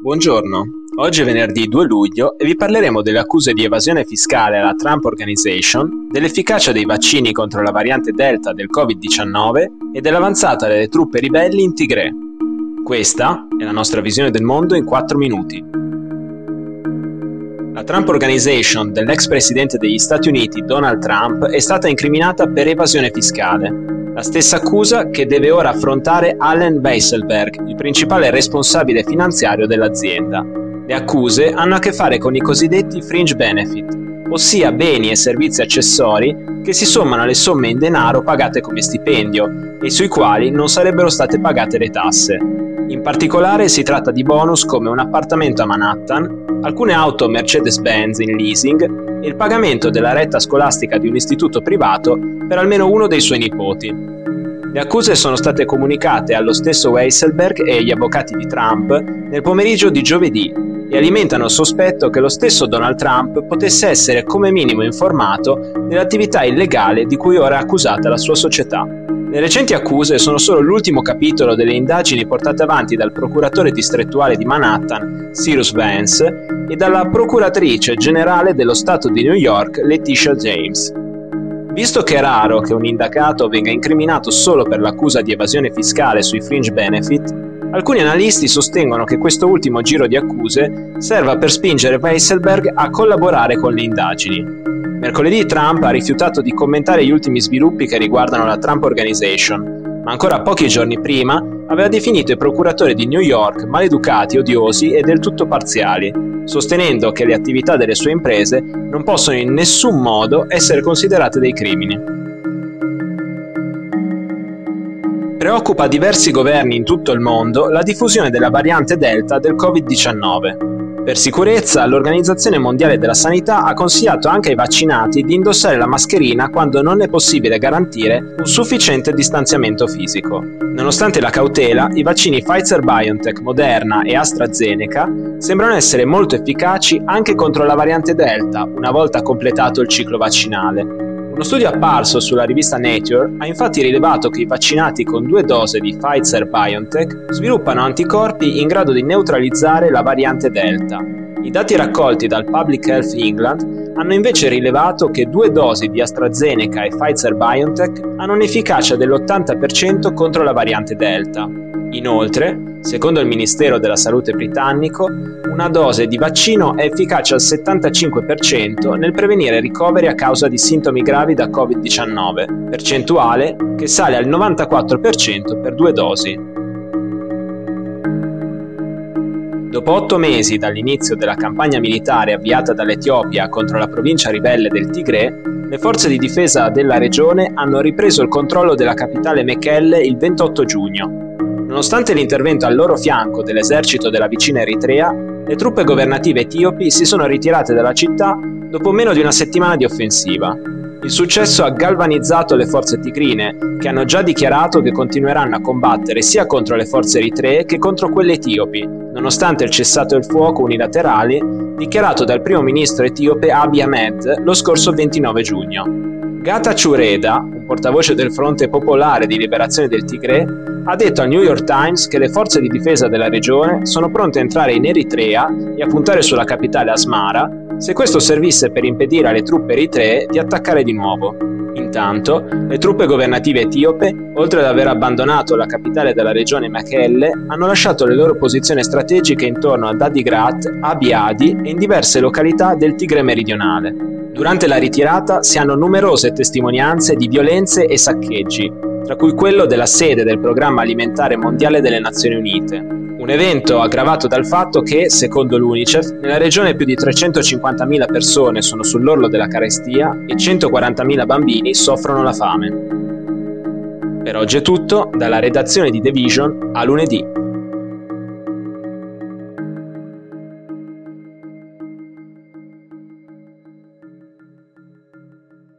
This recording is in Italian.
Buongiorno, oggi è venerdì 2 luglio e vi parleremo delle accuse di evasione fiscale alla Trump Organization, dell'efficacia dei vaccini contro la variante Delta del Covid-19 e dell'avanzata delle truppe ribelli in Tigray. Questa è la nostra visione del mondo in 4 minuti. La Trump Organization dell'ex presidente degli Stati Uniti Donald Trump è stata incriminata per evasione fiscale. La stessa accusa che deve ora affrontare Allen Weisselberg, il principale responsabile finanziario dell'azienda. Le accuse hanno a che fare con i cosiddetti fringe benefit, ossia beni e servizi accessori che si sommano alle somme in denaro pagate come stipendio e sui quali non sarebbero state pagate le tasse. In particolare si tratta di bonus come un appartamento a Manhattan, alcune auto Mercedes-Benz in leasing e il pagamento della retta scolastica di un istituto privato per almeno uno dei suoi nipoti. Le accuse sono state comunicate allo stesso Weisselberg e agli avvocati di Trump nel pomeriggio di giovedì e alimentano il sospetto che lo stesso Donald Trump potesse essere come minimo informato dell'attività illegale di cui ora è accusata la sua società. Le recenti accuse sono solo l'ultimo capitolo delle indagini portate avanti dal procuratore distrettuale di Manhattan, Cyrus Vance, e dalla procuratrice generale dello Stato di New York, Letitia James. Visto che è raro che un indagato venga incriminato solo per l'accusa di evasione fiscale sui fringe benefit, alcuni analisti sostengono che questo ultimo giro di accuse serva per spingere Weisselberg a collaborare con le indagini. Mercoledì Trump ha rifiutato di commentare gli ultimi sviluppi che riguardano la Trump Organization, ma ancora pochi giorni prima aveva definito i procuratori di New York maleducati, odiosi e del tutto parziali, sostenendo che le attività delle sue imprese non possono in nessun modo essere considerate dei crimini. Preoccupa diversi governi in tutto il mondo la diffusione della variante Delta del Covid-19. Per sicurezza, l'Organizzazione Mondiale della Sanità ha consigliato anche ai vaccinati di indossare la mascherina quando non è possibile garantire un sufficiente distanziamento fisico. Nonostante la cautela, i vaccini Pfizer-BioNTech, Moderna e AstraZeneca sembrano essere molto efficaci anche contro la variante Delta, una volta completato il ciclo vaccinale. Uno studio apparso sulla rivista Nature ha infatti rilevato che i vaccinati con 2 dosi di Pfizer-BioNTech sviluppano anticorpi in grado di neutralizzare la variante Delta. I dati raccolti dal Public Health England hanno invece rilevato che 2 dosi di AstraZeneca e Pfizer-BioNTech hanno un'efficacia dell'80% contro la variante Delta. Inoltre, secondo il Ministero della Salute britannico, una dose di vaccino è efficace al 75% nel prevenire ricoveri a causa di sintomi gravi da Covid-19, percentuale che sale al 94% per 2 dosi. Dopo 8 mesi dall'inizio della campagna militare avviata dall'Etiopia contro la provincia ribelle del Tigray, le forze di difesa della regione hanno ripreso il controllo della capitale Mekelle il 28 giugno. Nonostante l'intervento al loro fianco dell'esercito della vicina Eritrea, le truppe governative etiopi si sono ritirate dalla città dopo meno di una settimana di offensiva. Il successo ha galvanizzato le forze tigrine, che hanno già dichiarato che continueranno a combattere sia contro le forze eritree che contro quelle etiopi, nonostante il cessato il fuoco unilaterale dichiarato dal primo ministro etiope Abiy Ahmed lo scorso 29 giugno. Getachew Reda, un portavoce del Fronte Popolare di Liberazione del Tigray, ha detto al New York Times che le forze di difesa della regione sono pronte a entrare in Eritrea e a puntare sulla capitale Asmara se questo servisse per impedire alle truppe eritree di attaccare di nuovo. Intanto, le truppe governative etiope, oltre ad aver abbandonato la capitale della regione Mekelle, hanno lasciato le loro posizioni strategiche intorno ad Adigrat, Abiadi e in diverse località del Tigray meridionale. Durante la ritirata si hanno numerose testimonianze di violenze e saccheggi, tra cui quello della sede del Programma Alimentare Mondiale delle Nazioni Unite. Un evento aggravato dal fatto che, secondo l'UNICEF, nella regione più di 350.000 persone sono sull'orlo della carestia e 140.000 bambini soffrono la fame. Per oggi è tutto, dalla redazione di The Vision a lunedì.